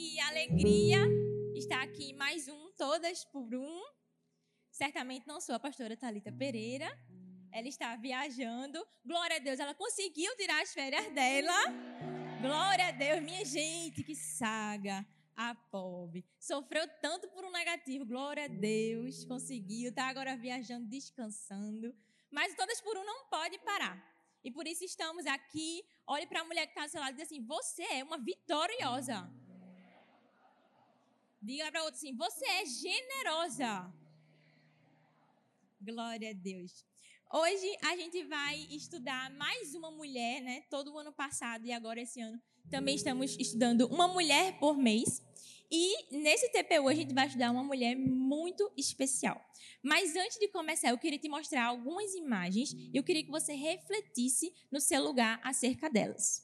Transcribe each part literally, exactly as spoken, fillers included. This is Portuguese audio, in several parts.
que alegria estar aqui mais um, todas por um. Certamente não sou a pastora Thalita Pereira. Ela está viajando. Glória a Deus, ela conseguiu tirar as férias dela. Glória a Deus, minha gente, que saga. A pobre. Sofreu tanto por um negativo. Glória a Deus, conseguiu. Está agora viajando, descansando. Mas todas por um não pode parar. E por isso estamos aqui. Olhe para a mulher que está ao seu lado e diz assim: você é uma vitoriosa. Diga para outra assim: você é generosa. Glória a Deus. Hoje a gente vai estudar mais uma mulher, né? Todo o ano passado e agora esse ano também estamos estudando uma mulher por mês. E nesse T P U a gente vai estudar uma mulher muito especial. Mas antes de começar, eu queria te mostrar algumas imagens e eu queria que você refletisse no seu lugar acerca delas.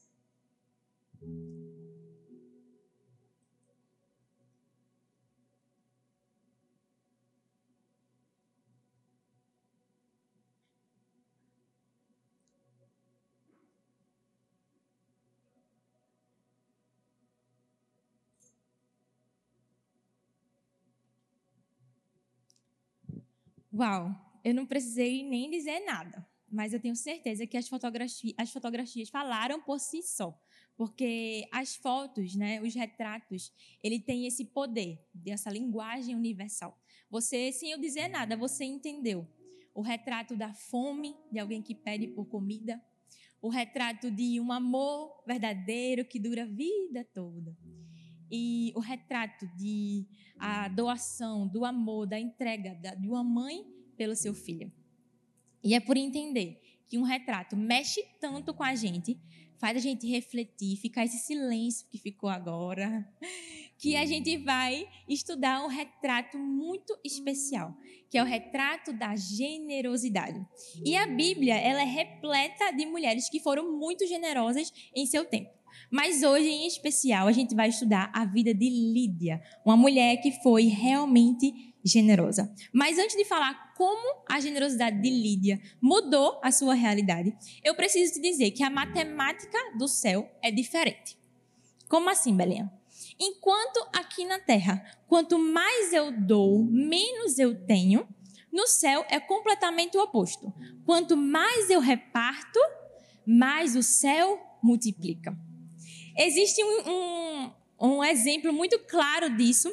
Uau, eu não precisei nem dizer nada, mas eu tenho certeza que as fotografias, as fotografias falaram por si só, porque as fotos, né, os retratos, ele tem esse poder, dessa linguagem universal. Você, sem eu dizer nada, você entendeu o retrato da fome, de alguém que pede por comida, o retrato de um amor verdadeiro que dura a vida toda. E o retrato de a doação, do amor, da entrega de uma mãe pelo seu filho. E é por entender que um retrato mexe tanto com a gente, faz a gente refletir, ficar esse silêncio que ficou agora, que a gente vai estudar um retrato muito especial, que é o retrato da generosidade. E a Bíblia, ela é repleta de mulheres que foram muito generosas em seu tempo. Mas hoje, em especial, a gente vai estudar a vida de Lídia, uma mulher que foi realmente generosa. Mas antes de falar como a generosidade de Lídia mudou a sua realidade, eu preciso te dizer que a matemática do céu é diferente. Como assim, Belinha? Enquanto aqui na terra, quanto mais eu dou, menos eu tenho, no céu é completamente o oposto. Quanto mais eu reparto, mais o céu multiplica. Existe um, um, um exemplo muito claro disso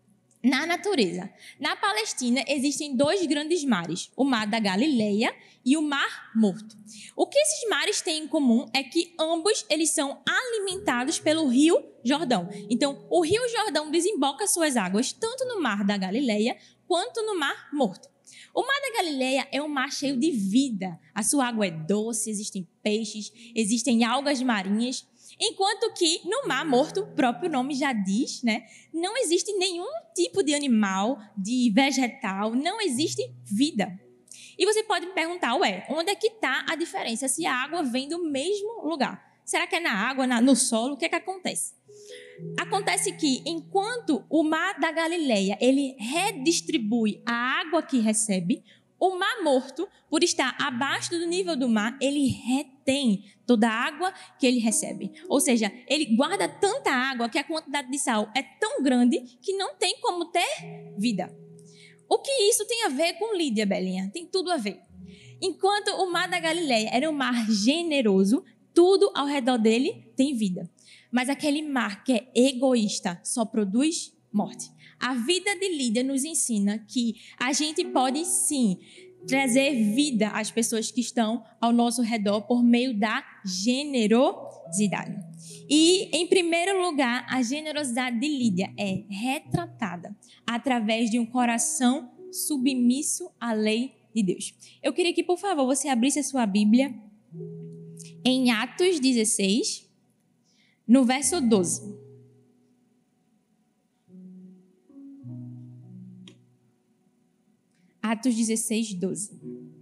na natureza. Na Palestina existem dois grandes mares, o Mar da Galileia e o Mar Morto. O que esses mares têm em comum é que ambos eles são alimentados pelo Rio Jordão. Então, o Rio Jordão desemboca suas águas tanto no Mar da Galileia quanto no Mar Morto. O Mar da Galileia é um mar cheio de vida. A sua água é doce, existem peixes, existem algas marinhas. Enquanto que no Mar Morto, o próprio nome já diz, né, não existe nenhum tipo de animal, de vegetal, não existe vida. E você pode me perguntar, ué, onde é que está a diferença se a água vem do mesmo lugar? Será que é na água, na, no solo? O que é que acontece? Acontece que, enquanto o Mar da Galileia ele redistribui a água que recebe, o Mar Morto, por estar abaixo do nível do mar, ele retém toda a água que ele recebe. Ou seja, ele guarda tanta água que a quantidade de sal é tão grande que não tem como ter vida. O que isso tem a ver com Lídia, Belinha? Tem tudo a ver. Enquanto o Mar da Galileia era um mar generoso, tudo ao redor dele tem vida. Mas aquele mar que é egoísta só produz morte. A vida de Lídia nos ensina que a gente pode, sim, trazer vida às pessoas que estão ao nosso redor por meio da generosidade. E, em primeiro lugar, a generosidade de Lídia é retratada através de um coração submisso à lei de Deus. Eu queria que, por favor, você abrisse a sua Bíblia em Atos dezesseis, no verso doze. Atos dezesseis, doze.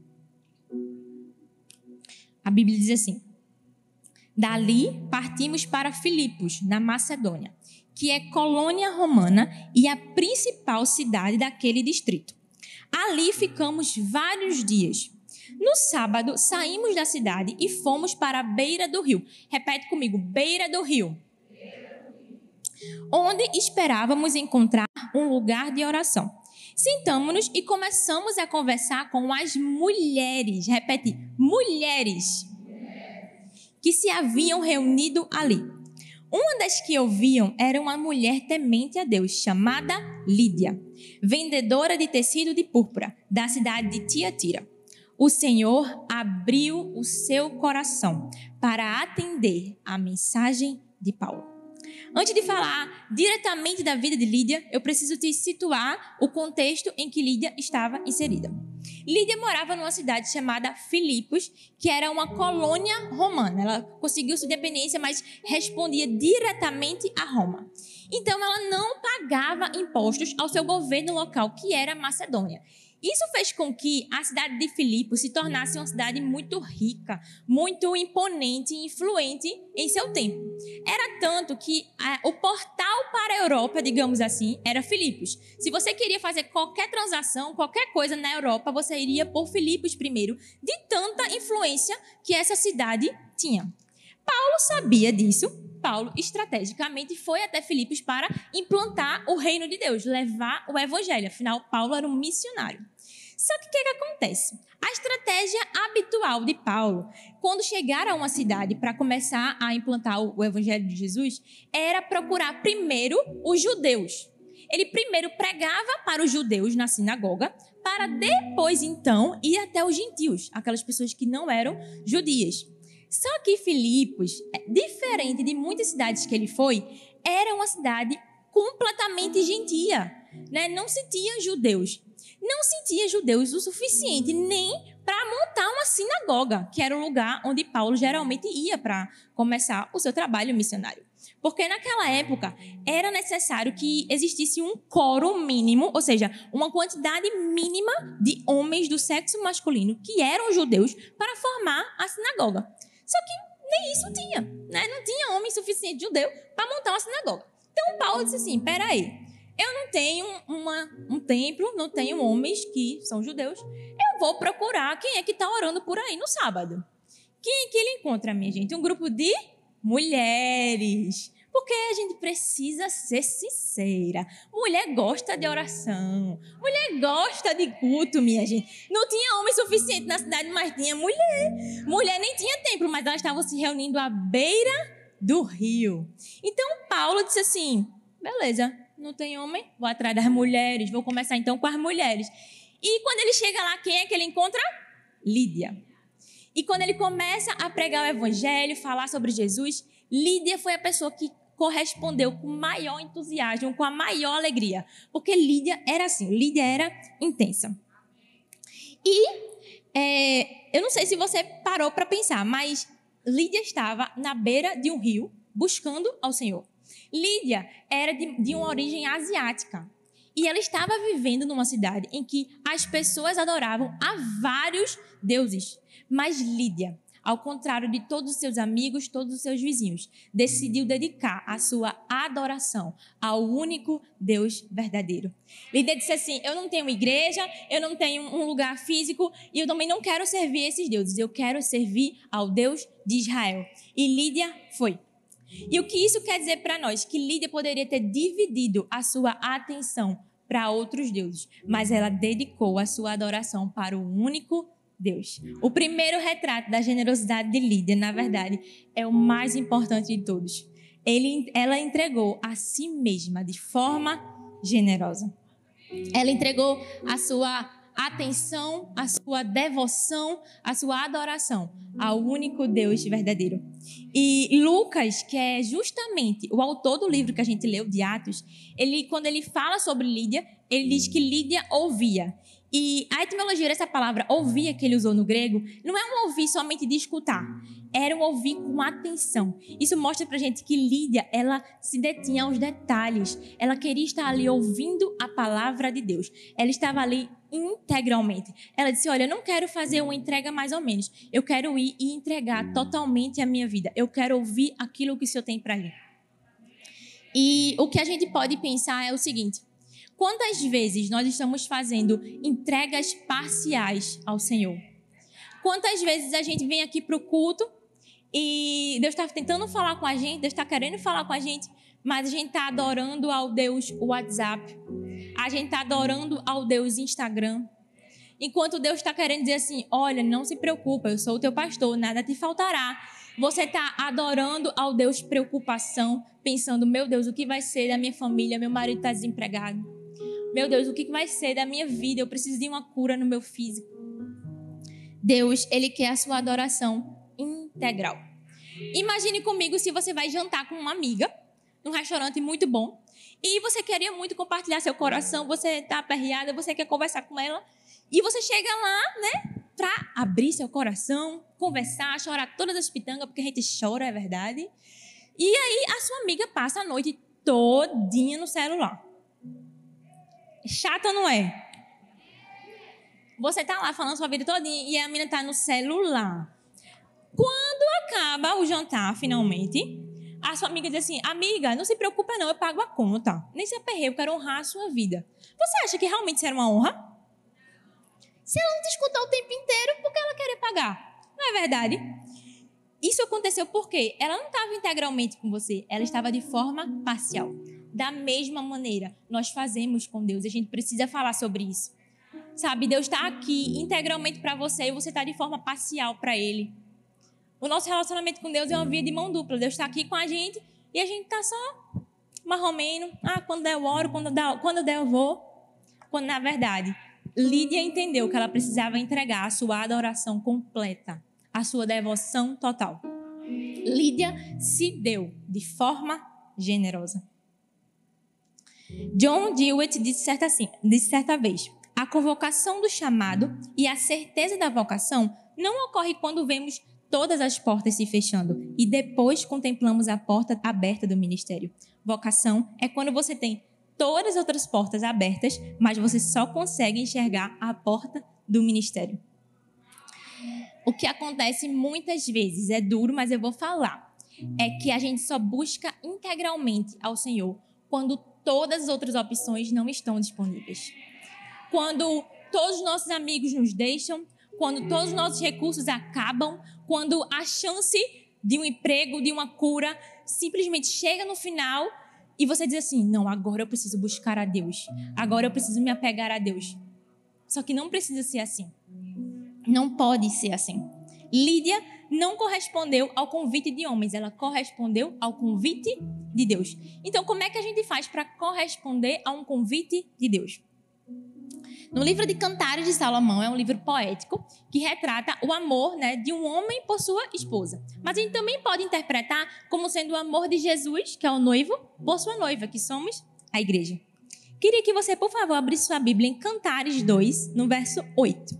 A Bíblia diz assim: dali partimos para Filipos, na Macedônia, que é colônia romana e a principal cidade daquele distrito. Ali ficamos vários dias. No sábado, saímos da cidade e fomos para a beira do rio. Repete comigo, beira do rio. onde esperávamos encontrar um lugar de oração. Sentamos-nos e começamos a conversar com as mulheres, repete, mulheres, que se haviam reunido ali. Uma das que ouviam era uma mulher temente a Deus, chamada Lídia, vendedora de tecido de púrpura, da cidade de Tiatira. O Senhor abriu o seu coração para atender a mensagem de Paulo. Antes de falar diretamente da vida de Lídia, eu preciso te situar o contexto em que Lídia estava inserida. Lídia morava numa cidade chamada Filipos, que era uma colônia romana. Ela conseguiu sua independência, mas respondia diretamente a Roma. Então, ela não pagava impostos ao seu governo local, que era Macedônia. Isso fez com que a cidade de Filipos se tornasse uma cidade muito rica, muito imponente e influente em seu tempo. Era tanto que ah, o portal para a Europa, digamos assim, era Filipos. Se você queria fazer qualquer transação, qualquer coisa na Europa, você iria por Filipos primeiro, de tanta influência que essa cidade tinha. Paulo sabia disso. Paulo, estrategicamente, foi até Filipos para implantar o reino de Deus, levar o evangelho. Afinal, Paulo era um missionário. Só que o que, que acontece? A estratégia habitual de Paulo, quando chegar a uma cidade para começar a implantar o evangelho de Jesus, era procurar primeiro os judeus. Ele primeiro pregava para os judeus na sinagoga, para depois, então, ir até os gentios, aquelas pessoas que não eram judias. Só que Filipos, diferente de muitas cidades que ele foi, era uma cidade completamente gentia, né? Não se tinha judeus. Não se tinha judeus o suficiente nem para montar uma sinagoga, que era o lugar onde Paulo geralmente ia para começar o seu trabalho missionário. Porque naquela época era necessário que existisse um quórum mínimo, ou seja, uma quantidade mínima de homens do sexo masculino que eram judeus para formar a sinagoga. Só que nem isso tinha, né? Não tinha homem suficiente judeu para montar uma sinagoga. Então Paulo disse assim, peraí, eu não tenho uma, um templo, não tenho homens que são judeus, eu vou procurar quem é que está orando por aí no sábado. Quem é que ele encontra, minha gente? Um grupo de mulheres. Porque a gente precisa ser sincera. Mulher gosta de oração. Mulher gosta de culto, minha gente. Não tinha homem suficiente na cidade, mas tinha mulher. Mulher nem tinha templo, mas elas estavam se reunindo à beira do rio. Então, Paulo disse assim, beleza, não tem homem, vou atrás das mulheres, vou começar então com as mulheres. E quando ele chega lá, quem é que ele encontra? Lídia. E quando ele começa a pregar o evangelho, falar sobre Jesus, Lídia foi a pessoa que correspondeu com maior entusiasmo, com a maior alegria. Porque Lídia era assim, Lídia era intensa. E é, eu não sei se você parou para pensar, mas Lídia estava na beira de um rio, buscando ao Senhor. Lídia era de, de uma origem asiática. E ela estava vivendo numa cidade em que as pessoas adoravam a vários deuses. Mas Lídia, ao contrário de todos os seus amigos, todos os seus vizinhos, decidiu dedicar a sua adoração ao único Deus verdadeiro. Lídia disse assim, eu não tenho igreja, eu não tenho um lugar físico e eu também não quero servir esses deuses, eu quero servir ao Deus de Israel. E Lídia foi. E o que isso quer dizer para nós? Que Lídia poderia ter dividido a sua atenção para outros deuses, mas ela dedicou a sua adoração para o único Deus. O primeiro retrato da generosidade de Lídia, na verdade, é o mais importante de todos. Ele, ela entregou a si mesma de forma generosa. Ela entregou a sua atenção, a sua devoção, a sua adoração ao único Deus verdadeiro. E Lucas, que é justamente o autor do livro que a gente leu, de Atos, ele, quando ele fala sobre Lídia, ele diz que Lídia ouvia. E a etimologia dessa palavra ouvia que ele usou no grego não é um ouvir somente de escutar, era um ouvir com atenção. Isso mostra pra gente que Lídia, ela se detinha aos detalhes, ela queria estar ali ouvindo a palavra de Deus, ela estava ali integralmente. Ela disse, olha, eu não quero fazer uma entrega mais ou menos, eu quero ir e entregar totalmente a minha vida, eu quero ouvir aquilo que o Senhor tem para mim. E o que a gente pode pensar é o seguinte, quantas vezes nós estamos fazendo entregas parciais ao Senhor? Quantas vezes a gente vem aqui para o culto e Deus está tentando falar com a gente, Deus está querendo falar com a gente, mas a gente está adorando ao Deus WhatsApp, a gente está adorando ao Deus Instagram, enquanto Deus está querendo dizer assim, olha, não se preocupa, eu sou o teu pastor, nada te faltará. Você está adorando ao Deus preocupação, pensando, meu Deus, o que vai ser da minha família? Meu marido está desempregado. Meu Deus, o que vai ser da minha vida? Eu preciso de uma cura no meu físico. Deus, Ele quer a sua adoração integral. Imagine comigo se você vai jantar com uma amiga, num restaurante muito bom, e você queria muito compartilhar seu coração, você está aperreada, você quer conversar com ela, e você chega lá, né, para abrir seu coração, conversar, chorar todas as pitangas, porque a gente chora, é verdade. E aí a sua amiga passa a noite todinha no celular. Chata, não é? Você tá lá falando sua vida todinha e a menina tá no celular. Quando acaba o jantar, finalmente, a sua amiga diz assim, amiga, não se preocupa não, eu pago a conta. Nem se aperreia, eu quero honrar a sua vida. Você acha que realmente isso era uma honra? Se ela não te escutar o tempo inteiro, por que ela queria pagar? Não é verdade? Isso aconteceu porque ela não estava integralmente com você, ela estava de forma parcial. Da mesma maneira, nós fazemos com Deus, a gente precisa falar sobre isso. Sabe, Deus está aqui integralmente para você e você está de forma parcial para Ele. O nosso relacionamento com Deus é uma via de mão dupla. Deus está aqui com a gente e a gente está só marromeno. Ah, quando der eu oro, quando der, quando der eu vou. Quando na verdade, Lídia entendeu que ela precisava entregar a sua adoração completa, a sua devoção total. Lídia se deu de forma generosa. John Dewitt disse certa, assim, disse certa vez, a convocação do chamado e a certeza da vocação não ocorre quando vemos todas as portas se fechando e depois contemplamos a porta aberta do ministério. Vocação é quando você tem todas as outras portas abertas, mas você só consegue enxergar a porta do ministério. O que acontece muitas vezes, é duro, mas eu vou falar, é que a gente só busca integralmente ao Senhor quando todas as outras opções não estão disponíveis. Quando todos os nossos amigos nos deixam, quando todos os nossos recursos acabam, quando a chance de um emprego, de uma cura, simplesmente chega no final e você diz assim, não, agora eu preciso buscar a Deus, agora eu preciso me apegar a Deus. Só que não precisa ser assim. Não pode ser assim. Lídia não correspondeu ao convite de homens, ela correspondeu ao convite de Deus. Então, como é que a gente faz para corresponder a um convite de Deus? No livro de Cantares de Salomão, é um livro poético que retrata o amor, né, de um homem por sua esposa. Mas a gente também pode interpretar como sendo o amor de Jesus, que é o noivo, por sua noiva, que somos a igreja. Queria que você, por favor, abrisse sua Bíblia em Cantares dois, no verso oito.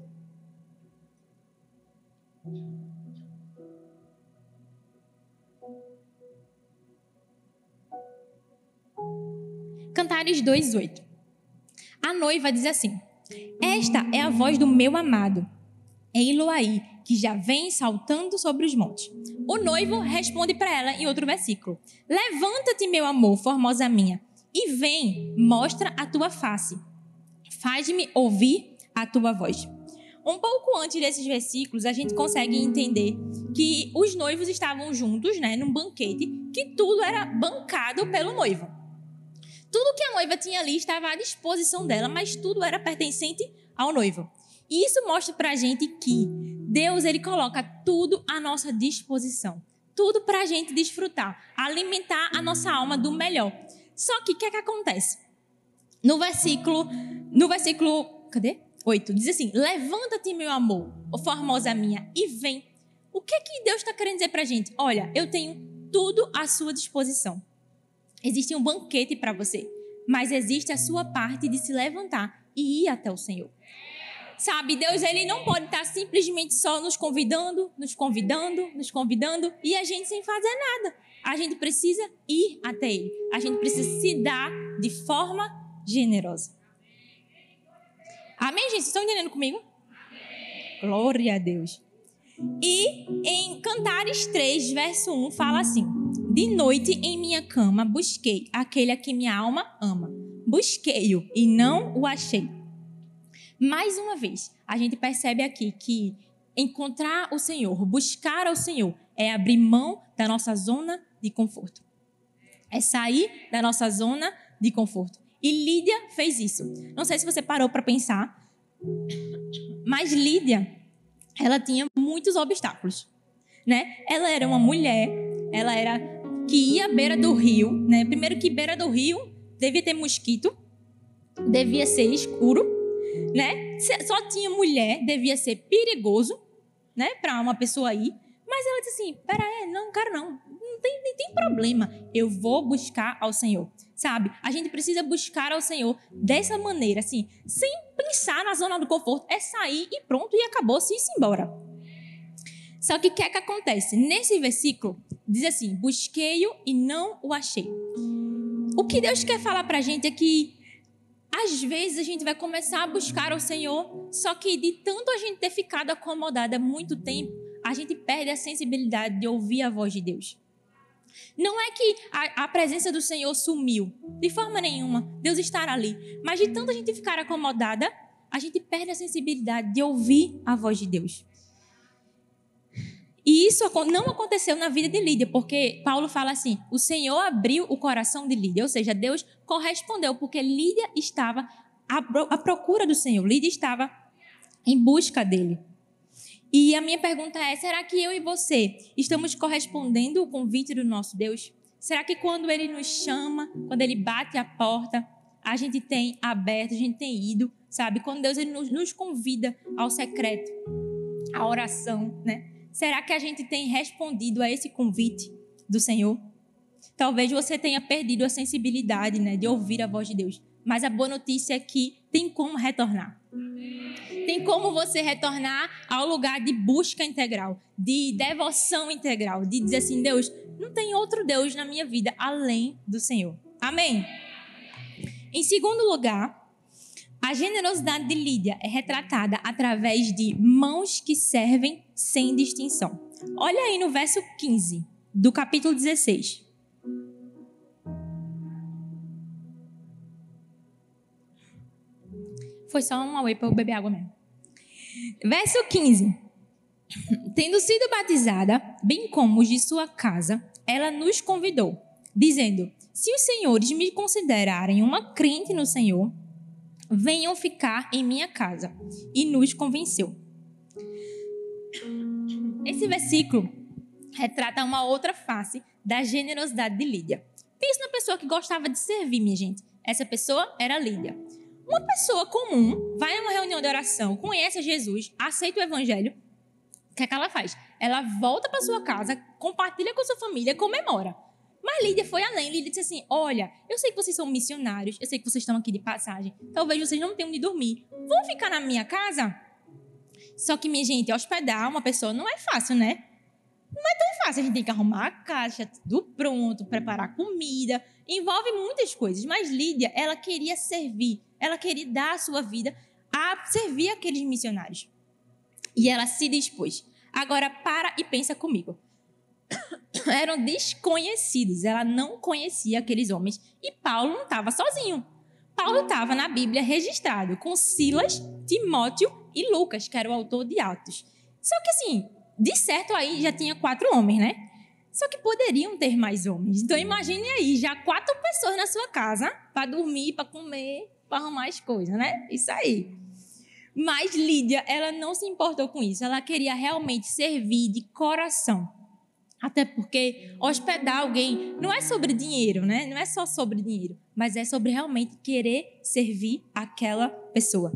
Cantares dois, oito. A noiva diz assim, esta é a voz do meu amado, é Eloai, que já vem saltando sobre os montes. O noivo responde para ela em outro versículo, levanta-te, meu amor, formosa minha, e vem, mostra a tua face, faz-me ouvir a tua voz. Um pouco antes desses versículos, a gente consegue entender que os noivos estavam juntos, né, num banquete, que tudo era bancado pelo noivo. Tudo que a noiva tinha ali estava à disposição dela, mas tudo era pertencente ao noivo. E isso mostra pra gente que Deus, ele coloca tudo à nossa disposição. Tudo pra gente desfrutar, alimentar a nossa alma do melhor. Só que o que é que acontece? No versículo, no versículo, cadê? oito, diz assim, levanta-te, meu amor, ó formosa minha, e vem. O que é que Deus está querendo dizer pra gente? Olha, eu tenho tudo à sua disposição. Existe um banquete para você, mas existe a sua parte de se levantar e ir até o Senhor. Sabe, Deus, ele não pode estar simplesmente só nos convidando, nos convidando, nos convidando e a gente sem fazer nada. A gente precisa ir até ele. A gente precisa se dar de forma generosa. Amém, gente? Vocês estão entendendo comigo? Amém. Glória a Deus. E em Cantares três, verso um, fala assim, de noite em minha cama busquei aquele a que minha alma ama. Busquei-o e não o achei. Mais uma vez, a gente percebe aqui que encontrar o Senhor, buscar ao Senhor, é abrir mão da nossa zona de conforto. É sair da nossa zona de conforto. E Lídia fez isso. Não sei se você parou para pensar, mas Lídia, ela tinha muitos obstáculos, né? Ela era uma mulher, ela era que ia à beira do rio, né? Primeiro que beira do rio devia ter mosquito, devia ser escuro, né? Só tinha mulher, devia ser perigoso, né? Para uma pessoa ir. Mas ela disse assim, pera aí, não, cara, não, não tem, nem tem problema, eu vou buscar ao Senhor, sabe? A gente precisa buscar ao Senhor dessa maneira, assim, sem pensar na zona do conforto, é sair e pronto, e acabou-se, ir-se embora. Só que o que é que acontece? Nesse versículo, diz assim, busquei-o e não o achei. O que Deus quer falar pra gente é que, às vezes, a gente vai começar a buscar ao Senhor, só que de tanto a gente ter ficado acomodada há muito tempo, a gente perde a sensibilidade de ouvir a voz de Deus. Não é que a, a presença do Senhor sumiu, de forma nenhuma, Deus estará ali. Mas de tanto a gente ficar acomodada, a gente perde a sensibilidade de ouvir a voz de Deus. E isso não aconteceu na vida de Lídia, porque Paulo fala assim, o Senhor abriu o coração de Lídia, ou seja, Deus correspondeu, porque Lídia estava à procura do Senhor, Lídia estava em busca dele. E a minha pergunta é, será que eu e você estamos correspondendo ao convite do nosso Deus? Será que quando Ele nos chama, quando Ele bate a porta, a gente tem aberto, a gente tem ido, sabe? Quando Deus ele nos, nos convida ao secreto, à oração, né? Será que a gente tem respondido a esse convite do Senhor? Talvez você tenha perdido a sensibilidade, né, de ouvir a voz de Deus. Mas a boa notícia é que tem como retornar. Tem como você retornar ao lugar de busca integral, de devoção integral, de dizer assim, Deus, não tem outro Deus na minha vida além do Senhor. Amém? Em segundo lugar, a generosidade de Lídia é retratada através de mãos que servem sem distinção. Olha aí no verso quinze do capítulo dezesseis. Foi só um away para eu beber água mesmo. Verso quinze. Tendo sido batizada, bem como os de sua casa, ela nos convidou, dizendo, se os senhores me considerarem uma crente no Senhor, venham ficar em minha casa. E nos convenceu. Esse versículo retrata uma outra face da generosidade de Lídia. Pensa na pessoa que gostava de servir, minha gente. Essa pessoa era Lídia. Uma pessoa comum vai a uma reunião de oração, conhece Jesus, aceita o evangelho. O que é que ela faz? Ela volta para sua casa, compartilha com sua família, comemora. Mas Lídia foi além. Lídia disse assim, olha, eu sei que vocês são missionários, eu sei que vocês estão aqui de passagem, talvez vocês não tenham de dormir. Vão ficar na minha casa? Só que, minha gente, hospedar uma pessoa não é fácil, né? Não é tão fácil. A gente tem que arrumar a caixa, tudo pronto, preparar comida. Envolve muitas coisas. Mas Lídia, ela queria servir. Ela queria dar a sua vida a servir aqueles missionários. E ela se dispôs. Agora, para e pensa comigo. Eram desconhecidos. Ela não conhecia aqueles homens. E Paulo não estava sozinho. Paulo estava na Bíblia registrado com Silas, Timóteo e Lucas, que era o autor de Atos. Só que assim, de certo aí já tinha quatro homens, né? Só que poderiam ter mais homens. Então imagine aí, já quatro pessoas na sua casa para dormir, para comer, para arrumar as coisas, né? Isso aí. Mas Lídia, ela não se importou com isso. Ela queria realmente servir de coração. Até porque hospedar alguém não é sobre dinheiro, né? Não é só sobre dinheiro, mas é sobre realmente querer servir aquela pessoa.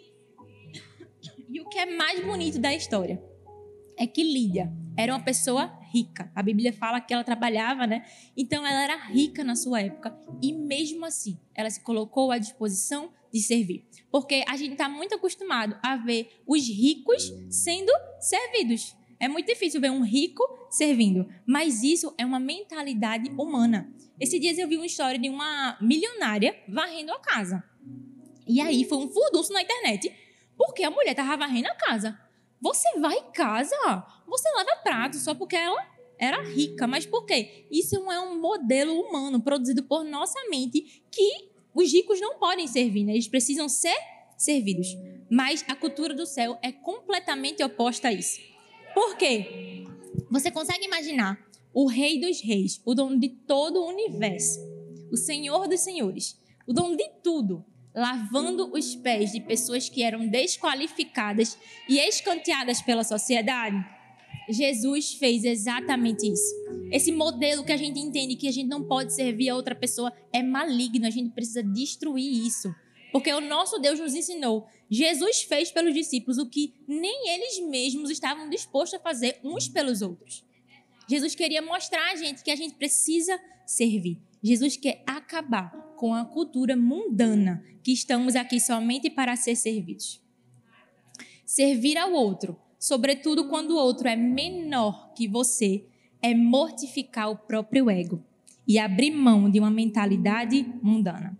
E o que é mais bonito da história é que Lídia era uma pessoa rica. A Bíblia fala que ela trabalhava, né? Então ela era rica na sua época e mesmo assim ela se colocou à disposição de servir. Porque a gente está muito acostumado a ver os ricos sendo servidos. É muito difícil ver um rico servindo, mas isso é uma mentalidade humana. Esses dias eu vi uma história de uma milionária varrendo a casa. E aí foi um furdunço na internet, porque a mulher estava varrendo a casa. Você vai em casa, você lava prato só porque ela era rica. Mas por quê? Isso não é um modelo humano produzido por nossa mente que os ricos não podem servir, né? Eles precisam ser servidos. Mas a cultura do céu é completamente oposta a isso. Por quê? Você consegue imaginar o Rei dos Reis, o dono de todo o universo, o Senhor dos Senhores, o dono de tudo, lavando os pés de pessoas que eram desqualificadas e escanteadas pela sociedade. Jesus fez exatamente isso. Esse modelo que a gente entende que a gente não pode servir a outra pessoa é maligno, a gente precisa destruir isso. Porque o nosso Deus nos ensinou. Jesus fez pelos discípulos o que nem eles mesmos estavam dispostos a fazer uns pelos outros. Jesus queria mostrar a gente que a gente precisa servir. Jesus quer acabar com a cultura mundana que estamos aqui somente para ser servidos. Servir ao outro, sobretudo quando o outro é menor que você, é mortificar o próprio ego e abrir mão de uma mentalidade mundana.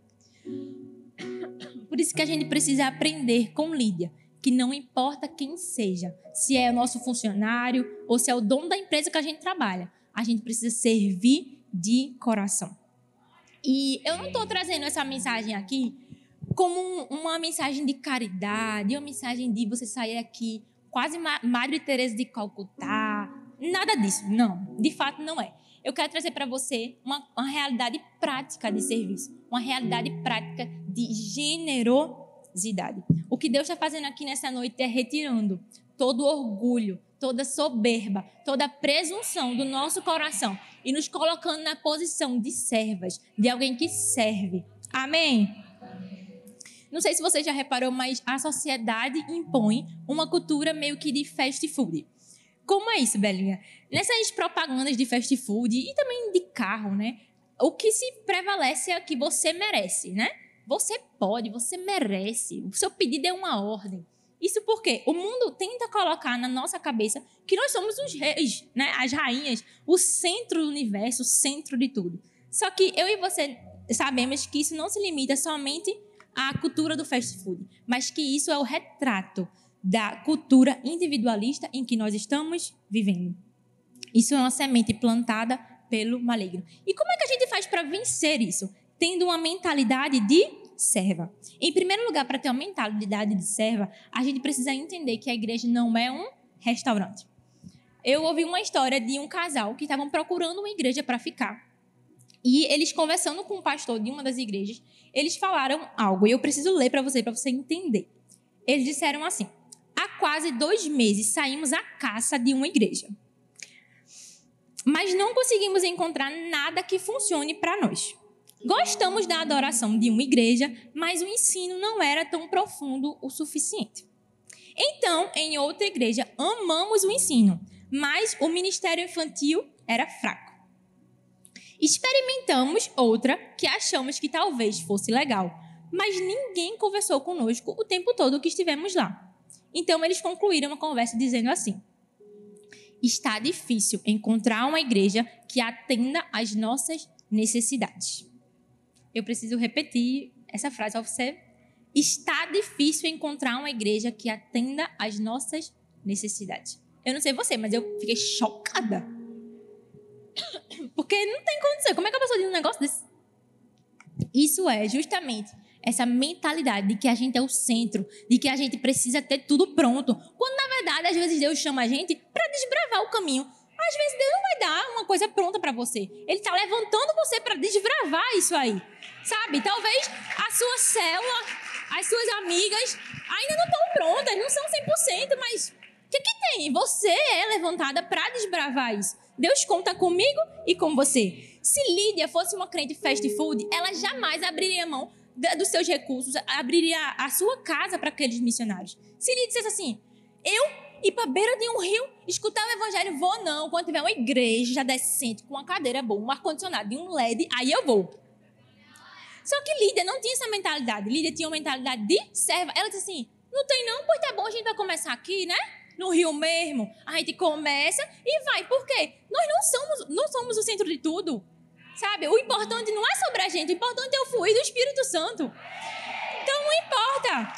Por isso que a gente precisa aprender com Lídia, que não importa quem seja, se é o nosso funcionário ou se é o dono da empresa que a gente trabalha, a gente precisa servir de coração. E eu não estou trazendo essa mensagem aqui como um, uma mensagem de caridade, uma mensagem de você sair aqui quase Madre Teresa de Calcutá, nada disso, não, de fato não é. Eu quero trazer para você uma, uma realidade prática de serviço, uma realidade prática de generosidade. O que Deus está fazendo aqui nessa noite é retirando todo o orgulho, toda soberba, toda presunção do nosso coração e nos colocando na posição de servas, de alguém que serve. Amém? Não sei se você já reparou, mas a sociedade impõe uma cultura meio que de fast food. Como é isso, Belinha? Nessas propagandas de fast food e também de carro, né? O que se prevalece é que você merece, né? Você pode, você merece. O seu pedido é uma ordem. Isso porque o mundo tenta colocar na nossa cabeça que nós somos os reis, né? As rainhas, o centro do universo, o centro de tudo. Só que eu e você sabemos que isso não se limita somente à cultura do fast food, mas que isso é o retrato da cultura individualista em que nós estamos vivendo. Isso é uma semente plantada pelo maligno. E como é que a gente faz para vencer isso? Tendo uma mentalidade de serva. Em primeiro lugar, para ter uma mentalidade de serva, a gente precisa entender que a igreja não é um restaurante. Eu ouvi uma história de um casal que estavam procurando uma igreja para ficar. E eles conversando com o pastor de uma das igrejas, eles falaram algo, e eu preciso ler para você, para você entender. Eles disseram assim: há quase dois meses saímos à caça de uma igreja, mas não conseguimos encontrar nada que funcione para nós. Gostamos da adoração de uma igreja, mas o ensino não era tão profundo o suficiente. Então, em outra igreja, amamos o ensino, mas o ministério infantil era fraco. Experimentamos outra que achamos que talvez fosse legal, mas ninguém conversou conosco o tempo todo que estivemos lá. Então, eles concluíram a conversa dizendo assim: está difícil encontrar uma igreja que atenda às nossas necessidades. Eu preciso repetir essa frase para você. Está difícil encontrar uma igreja que atenda às nossas necessidades. Eu não sei você, mas eu fiquei chocada. Porque não tem condição. Como é que a pessoa diz um negócio desse? Isso é justamente essa mentalidade de que a gente é o centro, de que a gente precisa ter tudo pronto. Quando, na verdade, às vezes Deus chama a gente para desbravar o caminho. Às vezes Deus não vai dar uma coisa pronta para você. Ele está levantando você para desbravar isso aí. Sabe? Talvez a sua célula, as suas amigas ainda não estão prontas, não são cem por cento, mas o que, que tem? Você é levantada para desbravar isso. Deus conta comigo e com você. Se Lídia fosse uma crente fast food, ela jamais abriria mão dos seus recursos, abriria a sua casa para aqueles missionários. Se Lídia dissesse assim: eu ir para a beira de um rio, escutar o evangelho, vou não. Quando tiver uma igreja decente, com uma cadeira boa, um ar-condicionado e um L E D, aí eu vou. Só que Lídia não tinha essa mentalidade. Lídia tinha uma mentalidade de serva. Ela disse assim: não tem não? Pois tá bom, a gente vai começar aqui, né? No Rio mesmo. A gente começa e vai. Por quê? Nós não somos, não somos o centro de tudo. Sabe? O importante não é sobre a gente. O importante é o fluir do Espírito Santo. Então não importa.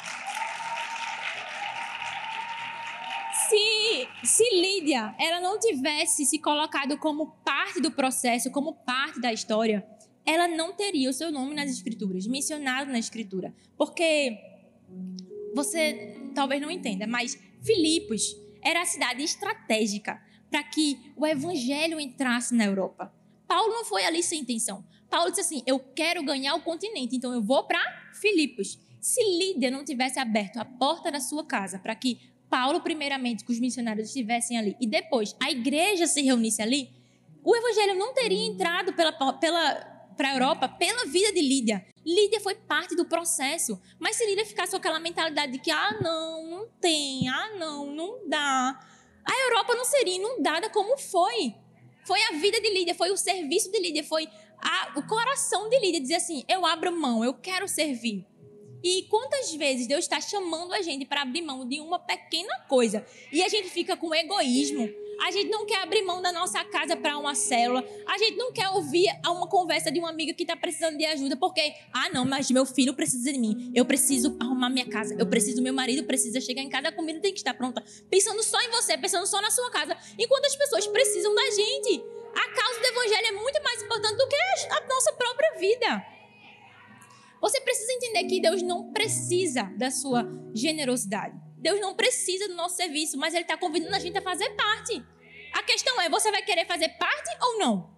Se, se Lídia ela não tivesse se colocado como parte do processo, como parte da história, ela não teria o seu nome nas escrituras, mencionado na escritura. Porque você talvez não entenda, mas Filipos era a cidade estratégica para que o evangelho entrasse na Europa. Paulo não foi ali sem intenção. Paulo disse assim, eu quero ganhar o continente, então eu vou para Filipos. Se Lídia não tivesse aberto a porta da sua casa para que Paulo, primeiramente, que os missionários estivessem ali, e depois a igreja se reunisse ali, o evangelho não teria entrado pela, pela, para a Europa pela vida de Lídia. Lídia foi parte do processo. Mas se Lídia ficasse com aquela mentalidade de que, ah, não, não tem, ah, não, não dá, a Europa não seria inundada como foi. Foi a vida de Lídia, foi o serviço de Lídia, foi a, o coração de Lídia dizer assim, eu abro mão, eu quero servir. E quantas vezes Deus está chamando a gente para abrir mão de uma pequena coisa e a gente fica com egoísmo, a gente não quer abrir mão da nossa casa para uma célula, a gente não quer ouvir uma conversa de uma amiga que está precisando de ajuda, porque, ah não, mas meu filho precisa de mim, eu preciso arrumar minha casa, eu preciso, meu marido precisa chegar em casa, a comida tem que estar pronta, pensando só em você, pensando só na sua casa, enquanto as pessoas precisam da gente. A causa do evangelho é muito mais importante do que a nossa própria vida. Você precisa entender que Deus não precisa da sua generosidade. Deus não precisa do nosso serviço, mas Ele está convidando a gente a fazer parte. A questão é, você vai querer fazer parte ou não?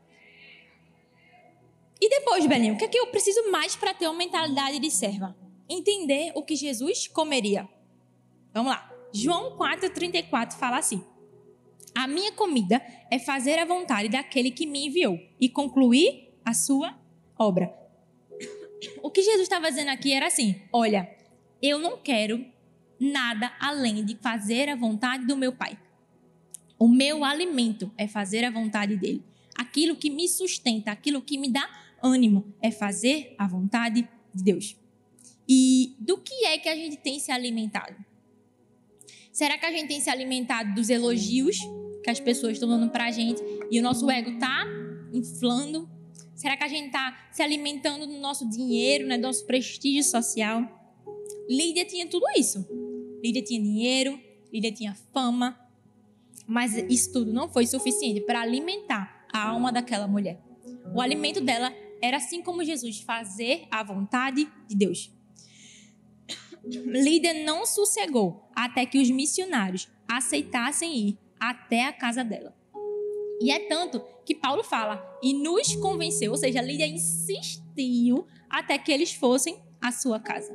E depois, Belinho, o que é que eu preciso mais para ter uma mentalidade de serva? Entender o que Jesus comeria. Vamos lá. João quatro, trinta e quatro fala assim. A minha comida é fazer a vontade daquele que me enviou e concluir a sua obra. O que Jesus estava dizendo aqui era assim, olha, eu não quero nada além de fazer a vontade do meu Pai. O meu alimento é fazer a vontade dele. Aquilo que me sustenta, aquilo que me dá ânimo é fazer a vontade de Deus. E do que é que a gente tem se alimentado? Será que a gente tem se alimentado dos elogios que as pessoas estão dando pra gente e o nosso ego tá inflando? Será que a gente está se alimentando do nosso dinheiro, né, do nosso prestígio social? Lídia tinha tudo isso. Lídia tinha dinheiro, Lídia tinha fama, mas isso tudo não foi suficiente para alimentar a alma daquela mulher. O alimento dela era assim como Jesus, fazer a vontade de Deus. Lídia não sossegou até que os missionários aceitassem ir até a casa dela. E é tanto que Paulo fala, e nos convenceu, ou seja, Lídia insistiu até que eles fossem à sua casa.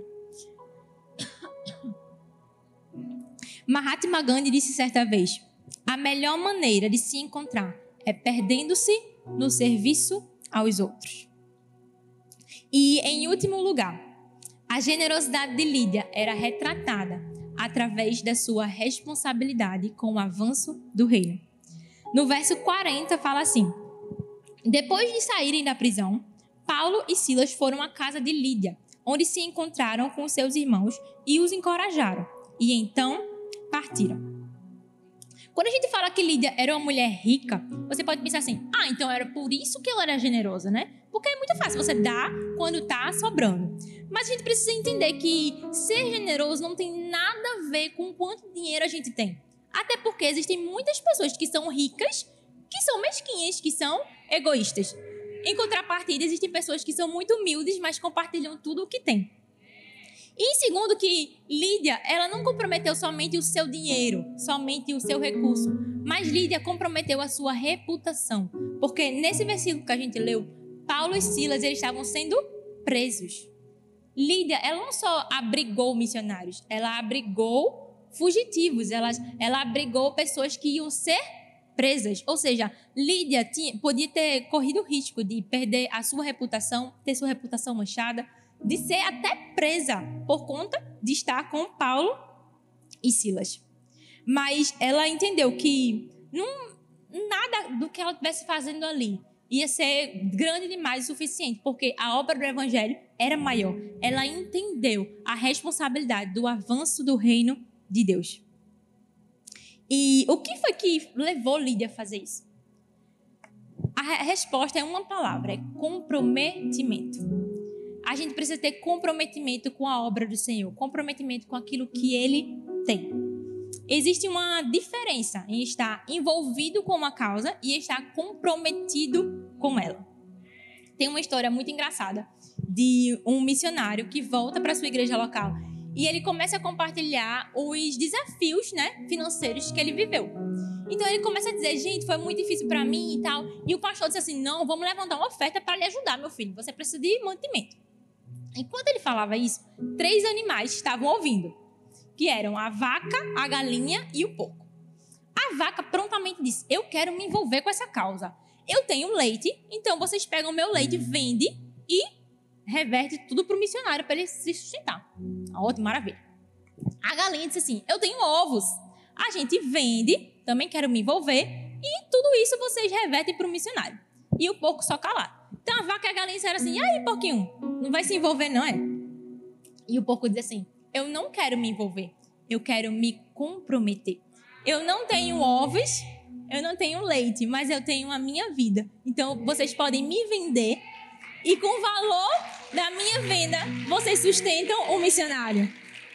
Mahatma Gandhi disse certa vez, a melhor maneira de se encontrar é perdendo-se no serviço aos outros. E, em último lugar, a generosidade de Lídia era retratada através da sua responsabilidade com o avanço do reino. No verso quarenta fala assim, depois de saírem da prisão, Paulo e Silas foram à casa de Lídia, onde se encontraram com seus irmãos e os encorajaram, e então partiram. Quando a gente fala que Lídia era uma mulher rica, você pode pensar assim, ah, então era por isso que ela era generosa, né? Porque é muito fácil você dar quando está sobrando. Mas a gente precisa entender que ser generoso não tem nada a ver com quanto dinheiro a gente tem. Até porque existem muitas pessoas que são ricas, que são mesquinhas, que são egoístas. Em contrapartida, existem pessoas que são muito humildes, mas compartilham tudo o que têm. E em segundo, que Lídia, ela não comprometeu somente o seu dinheiro, somente o seu recurso, mas Lídia comprometeu a sua reputação. Porque nesse versículo que a gente leu, Paulo e Silas, eles estavam sendo presos. Lídia, ela não só abrigou missionários, ela abrigou fugitivos, ela, ela abrigou pessoas que iam ser presas. Ou seja, Lídia tinha, podia ter corrido o risco de perder a sua reputação, ter sua reputação manchada, de ser até presa por conta de estar com Paulo e Silas. Mas ela entendeu que não, nada do que ela estivesse fazendo ali ia ser grande demais o suficiente, porque a obra do evangelho era maior. Ela entendeu a responsabilidade do avanço do reino de Deus. E o que foi que levou Lídia a fazer isso? A resposta é uma palavra, é comprometimento. A gente precisa ter comprometimento com a obra do Senhor, comprometimento com aquilo que Ele tem. Existe uma diferença em estar envolvido com uma causa e estar comprometido com ela. Tem uma história muito engraçada de um missionário que volta para a sua igreja local e ele começa a compartilhar os desafios, né, financeiros que ele viveu. Então ele começa a dizer, gente, foi muito difícil para mim e tal. E o pastor disse assim, não, vamos levantar uma oferta para lhe ajudar, meu filho. Você precisa de mantimento. Enquanto ele falava isso, três animais estavam ouvindo, que eram a vaca, a galinha e o porco. A vaca prontamente disse, eu quero me envolver com essa causa. Eu tenho leite, então vocês pegam meu leite, vendem e reverte tudo para o missionário para ele se sustentar. Ótimo, maravilha. A galinha disse assim, eu tenho ovos. A gente vende, também quero me envolver, e tudo isso vocês revertem para o missionário. E o porco só calado. Então a vaca e a galinha disseram assim, e aí, porquinho, não vai se envolver não, é? E o porco diz assim, eu não quero me envolver, eu quero me comprometer. Eu não tenho ovos, eu não tenho leite, mas eu tenho a minha vida. Então vocês podem me vender e com o valor da minha venda, vocês sustentam o missionário.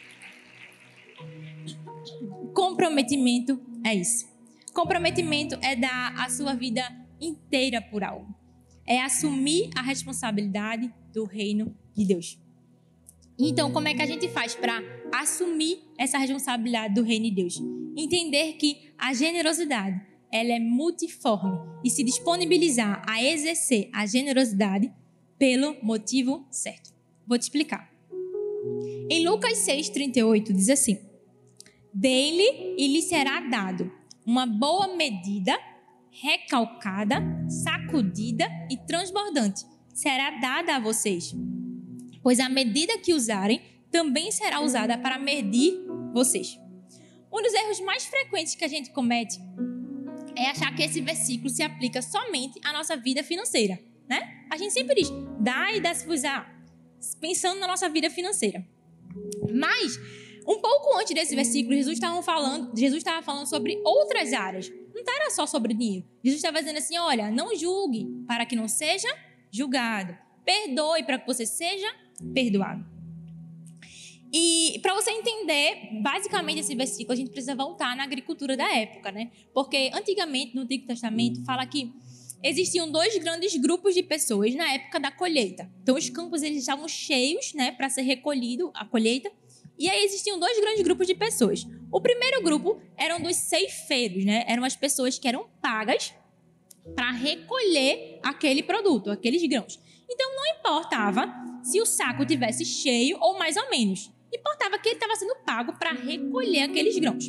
Comprometimento é isso. Comprometimento é dar a sua vida inteira por algo. É assumir a responsabilidade do reino de Deus. Então, como é que a gente faz para assumir essa responsabilidade do reino de Deus? Entender que a generosidade, ela é multiforme e se disponibilizar a exercer a generosidade pelo motivo certo. Vou te explicar. Em Lucas seis, trinta e oito, diz assim, dele e lhe será dado uma boa medida, recalcada, sacudida e transbordante. Será dada a vocês. Pois a medida que usarem também será usada para medir vocês. Um dos erros mais frequentes que a gente comete é achar que esse versículo se aplica somente à nossa vida financeira, né? A gente sempre diz, dá e dá-se-vos-á, pensando na nossa vida financeira. Mas, um pouco antes desse versículo, Jesus estava falando, Jesus estava falando sobre outras áreas. Não era só sobre dinheiro. Jesus estava dizendo assim, olha, não julgue para que não seja julgado. Perdoe para que você seja perdoado. E para você entender, basicamente, esse versículo, a gente precisa voltar na agricultura da época, né? Porque antigamente, no Antigo Testamento, fala que existiam dois grandes grupos de pessoas na época da colheita. Então, os campos eles estavam cheios, né, para ser recolhido a colheita. E aí existiam dois grandes grupos de pessoas. O primeiro grupo eram dos ceifeiros, né? Eram as pessoas que eram pagas para recolher aquele produto, aqueles grãos. Então, não importava se o saco tivesse cheio ou mais ou menos. Importava que ele estava sendo pago para recolher aqueles grãos.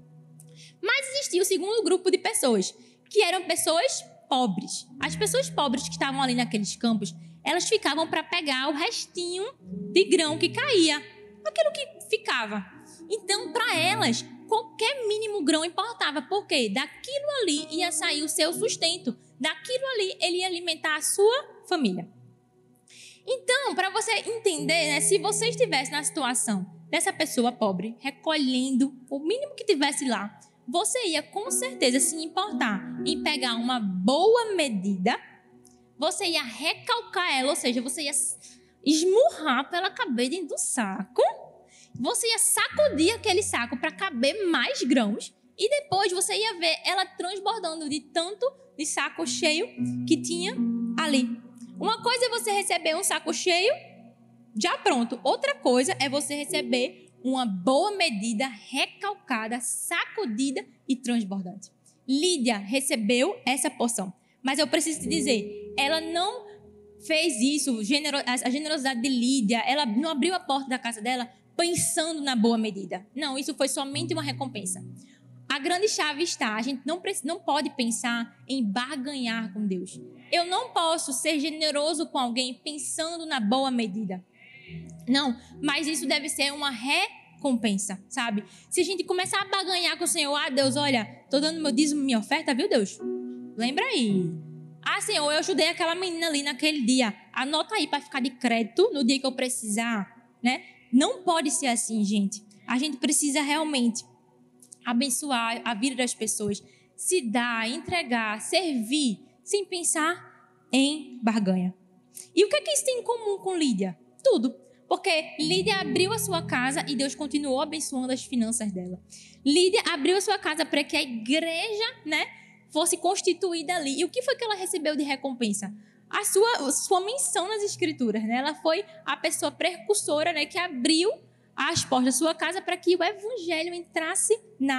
Mas existia o segundo grupo de pessoas, que eram pessoas pobres. As pessoas pobres que estavam ali naqueles campos, elas ficavam para pegar o restinho de grão que caía, aquilo que ficava. Então, para elas, qualquer mínimo grão importava, porque daquilo ali ia sair o seu sustento, daquilo ali ele ia alimentar a sua família. Então, para você entender, né, se você estivesse na situação dessa pessoa pobre, recolhendo o mínimo que tivesse lá, você ia com certeza se importar em pegar uma boa medida, você ia recalcar ela, ou seja, você ia esmurrar para ela caber dentro do saco, você ia sacudir aquele saco para caber mais grãos e depois você ia ver ela transbordando de tanto de saco cheio que tinha ali. Uma coisa é você receber um saco cheio, já pronto. Outra coisa é você receber uma boa medida, recalcada, sacudida e transbordante. Lídia recebeu essa porção. Mas eu preciso te dizer, ela não fez isso, a generosidade de Lídia, ela não abriu a porta da casa dela pensando na boa medida. Não, isso foi somente uma recompensa. A grande chave está, a gente não, não pode pensar em barganhar com Deus. Eu não posso ser generoso com alguém pensando na boa medida. Não, mas isso deve ser uma recompensa, sabe? Se a gente começar a barganhar com o Senhor, ah, Deus, olha, tô dando meu dízimo, minha oferta, viu, Deus? Lembra aí. Ah, Senhor, eu ajudei aquela menina ali naquele dia. Anota aí para ficar de crédito no dia que eu precisar, né? Não pode ser assim, gente. A gente precisa realmente abençoar a vida das pessoas, se dar, entregar, servir, sem pensar em barganha. E o que é que isso tem em comum com Lídia? Tudo. Porque Lídia abriu a sua casa e Deus continuou abençoando as finanças dela. Lídia abriu a sua casa para que a igreja, né, fosse constituída ali. E o que foi que ela recebeu de recompensa? A sua, sua menção nas escrituras, né? Ela foi a pessoa precursora, né, que abriu as portas da sua casa para que o evangelho entrasse na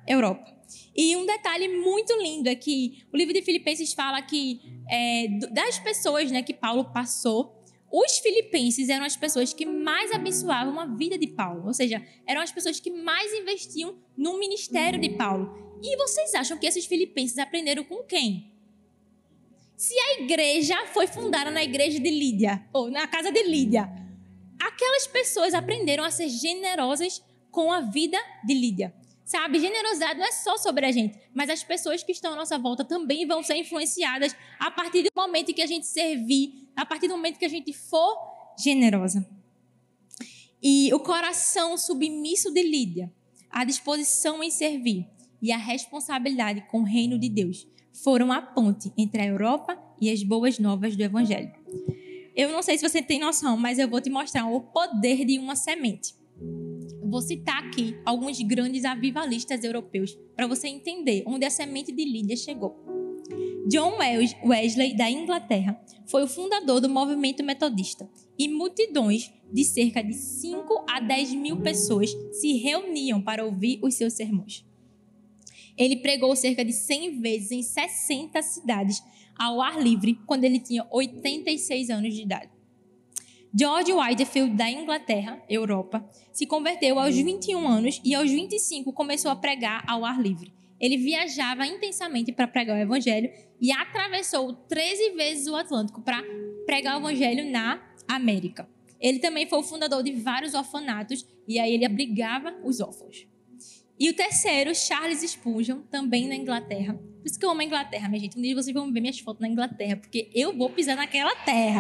Europa. E um detalhe muito lindo é que o livro de Filipenses fala que é, das pessoas, né, que Paulo passou, os filipenses eram as pessoas que mais abençoavam a vida de Paulo. Ou seja, eram as pessoas que mais investiam no ministério de Paulo. E vocês acham que esses filipenses aprenderam com quem? Se a igreja foi fundada na igreja de Lídia, ou na casa de Lídia, aquelas pessoas aprenderam a ser generosas com a vida de Lídia. Sabe, generosidade não é só sobre a gente, mas as pessoas que estão à nossa volta também vão ser influenciadas a partir do momento que a gente servir, a partir do momento que a gente for generosa. E o coração submisso de Lídia, a disposição em servir e a responsabilidade com o reino de Deus foram a ponte entre a Europa e as boas novas do Evangelho. Eu não sei se você tem noção, mas eu vou te mostrar o poder de uma semente. Vou citar aqui alguns grandes avivalistas europeus para você entender onde a semente de Lídia chegou. John Wesley, da Inglaterra, foi o fundador do movimento metodista e multidões de cerca de cinco a dez mil pessoas se reuniam para ouvir os seus sermões. Ele pregou cerca de cem vezes em sessenta cidades ao ar livre quando ele tinha oitenta e seis anos de idade. George Whitefield, da Inglaterra, Europa, se converteu aos vinte e um anos e aos vinte e cinco começou a pregar ao ar livre. Ele viajava intensamente para pregar o evangelho e atravessou treze vezes o Atlântico para pregar o evangelho na América. Ele também foi o fundador de vários orfanatos e aí ele abrigava os órfãos. E o terceiro, Charles Spurgeon, também na Inglaterra. Por isso que eu amo a Inglaterra, minha gente. Um dia vocês vão ver minhas fotos na Inglaterra, porque eu vou pisar naquela terra.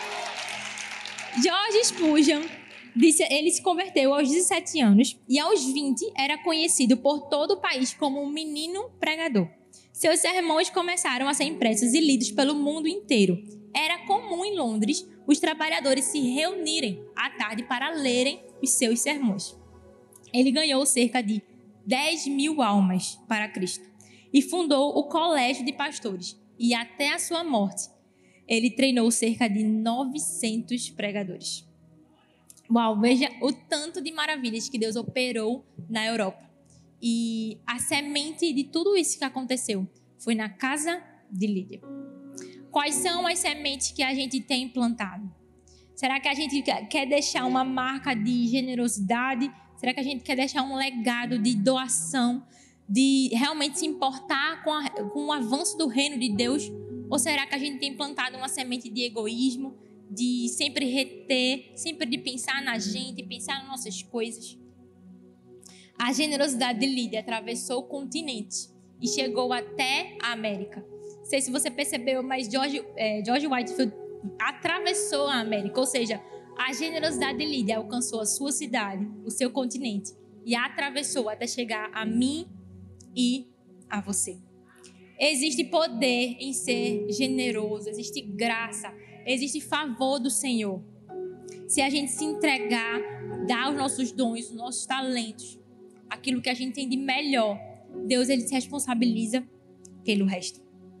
George Spurgeon, disse, ele se converteu aos dezessete anos e aos vinte era conhecido por todo o país como um menino pregador. Seus sermões começaram a ser impressos e lidos pelo mundo inteiro. Era comum em Londres os trabalhadores se reunirem à tarde para lerem os seus sermões. Ele ganhou cerca de dez mil almas para Cristo e fundou o Colégio de Pastores. E até a sua morte, ele treinou cerca de novecentos pregadores. Uau, veja o tanto de maravilhas que Deus operou na Europa. E a semente de tudo isso que aconteceu foi na casa de Lídia. Quais são as sementes que a gente tem plantado? Será que a gente quer deixar uma marca de generosidade? Será que a gente quer deixar um legado de doação, de realmente se importar com, a, com o avanço do reino de Deus? Ou será que a gente tem plantado uma semente de egoísmo, de sempre reter, sempre de pensar na gente, pensar nas nossas coisas? A generosidade de Lídia atravessou o continente e chegou até a América. Não sei se você percebeu, mas George, é, George Whitefield atravessou a América, ou seja, a generosidade de Lídia alcançou a sua cidade, o seu continente, e a atravessou até chegar a mim e a você. Existe poder em ser generoso, existe graça, existe favor do Senhor. Se a gente se entregar, dar os nossos dons, os nossos talentos, aquilo que a gente tem de melhor, Deus ele se responsabiliza pelo resto.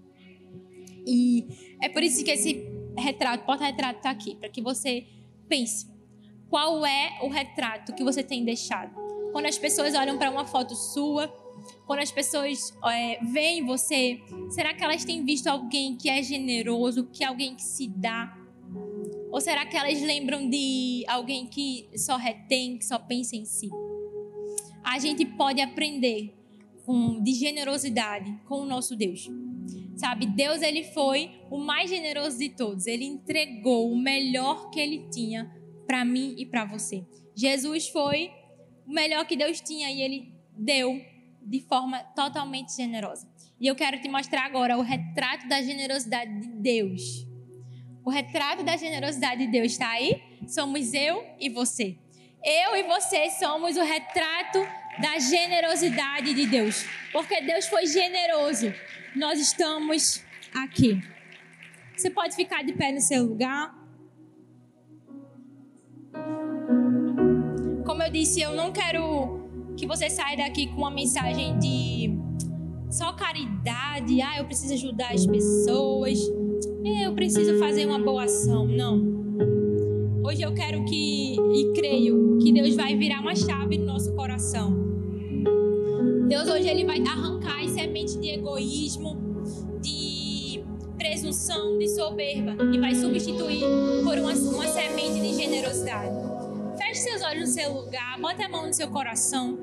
E é por isso que esse retrato, porta-retrato está aqui, para que você pense, qual é o retrato que você tem deixado? Quando as pessoas olham para uma foto sua, quando as pessoas é, veem você, será que elas têm visto alguém que é generoso, que é alguém que se dá? Ou será que elas lembram de alguém que só retém, que só pensa em si? A gente pode aprender com, de generosidade com o nosso Deus. Sabe, Deus ele foi o mais generoso de todos. Ele entregou o melhor que ele tinha para mim e para você. Jesus foi o melhor que Deus tinha e ele deu de forma totalmente generosa. E eu quero te mostrar agora o retrato da generosidade de Deus. O retrato da generosidade de Deus está aí? Somos eu e você. Eu e você somos o retrato da generosidade de Deus. Porque Deus foi generoso. Nós estamos aqui. Você pode ficar de pé no seu lugar. Como eu disse, eu não quero que você saia daqui com uma mensagem de só caridade. Ah, eu preciso ajudar as pessoas. Eu preciso fazer uma boa ação. Não. Hoje eu quero que, e creio, que Deus vai virar uma chave no nosso coração. Deus, hoje Ele vai arrancar as sementes de egoísmo, de presunção, de soberba, e vai substituir por uma, uma semente de generosidade. Feche seus olhos no seu lugar, bote a mão no seu coração.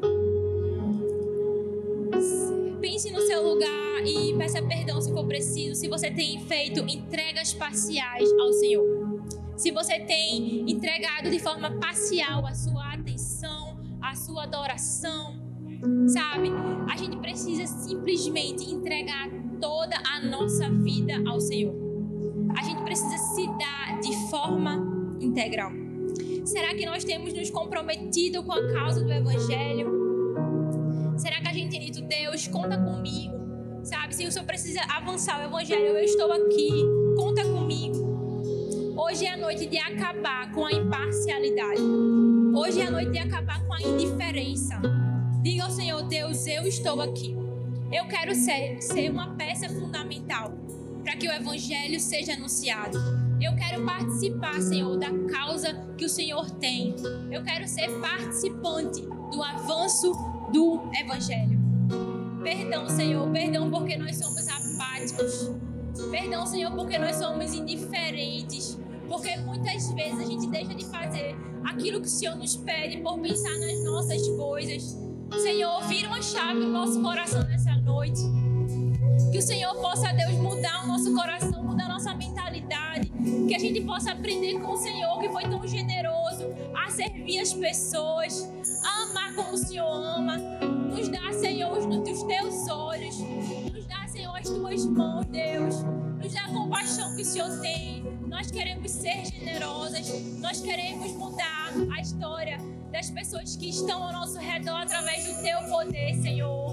Pense no seu lugar e peça perdão se for preciso. Se você tem feito entregas parciais ao Senhor, se você tem entregado de forma parcial a sua atenção, a sua adoração, sabe? A gente precisa simplesmente entregar toda a nossa vida ao Senhor. A gente precisa se dar de forma integral. Será que nós temos nos comprometido com a causa do Evangelho? Será que a gente tem dito, Deus, conta comigo? Sabe, se o Senhor precisa avançar o Evangelho, eu estou aqui, conta comigo. Hoje é a noite de acabar com a imparcialidade. Hoje é a noite de acabar com a indiferença. Diga ao Senhor, Deus, eu estou aqui. Eu quero ser, ser uma peça fundamental para que o Evangelho seja anunciado. Eu quero participar, Senhor, da causa que o Senhor tem. Eu quero ser participante do avanço do Evangelho. Perdão, Senhor, perdão porque nós somos apáticos. Perdão, Senhor, porque nós somos indiferentes. Porque muitas vezes a gente deixa de fazer aquilo que o Senhor nos pede por pensar nas nossas coisas. Senhor, vira uma chave no nosso coração nessa noite. Que o Senhor possa, Deus, mudar o nosso coração, mudar a nossa mentalidade. Que a gente possa aprender com o Senhor, que foi tão generoso, a servir as pessoas, a amar como o Senhor ama. Nos dá, Senhor, os, os teus olhos. Nos dá, Senhor, as tuas mãos, Deus. Nos dá a compaixão que o Senhor tem. Nós queremos ser generosas. Nós queremos mudar a história das pessoas que estão ao nosso redor através do teu poder, Senhor.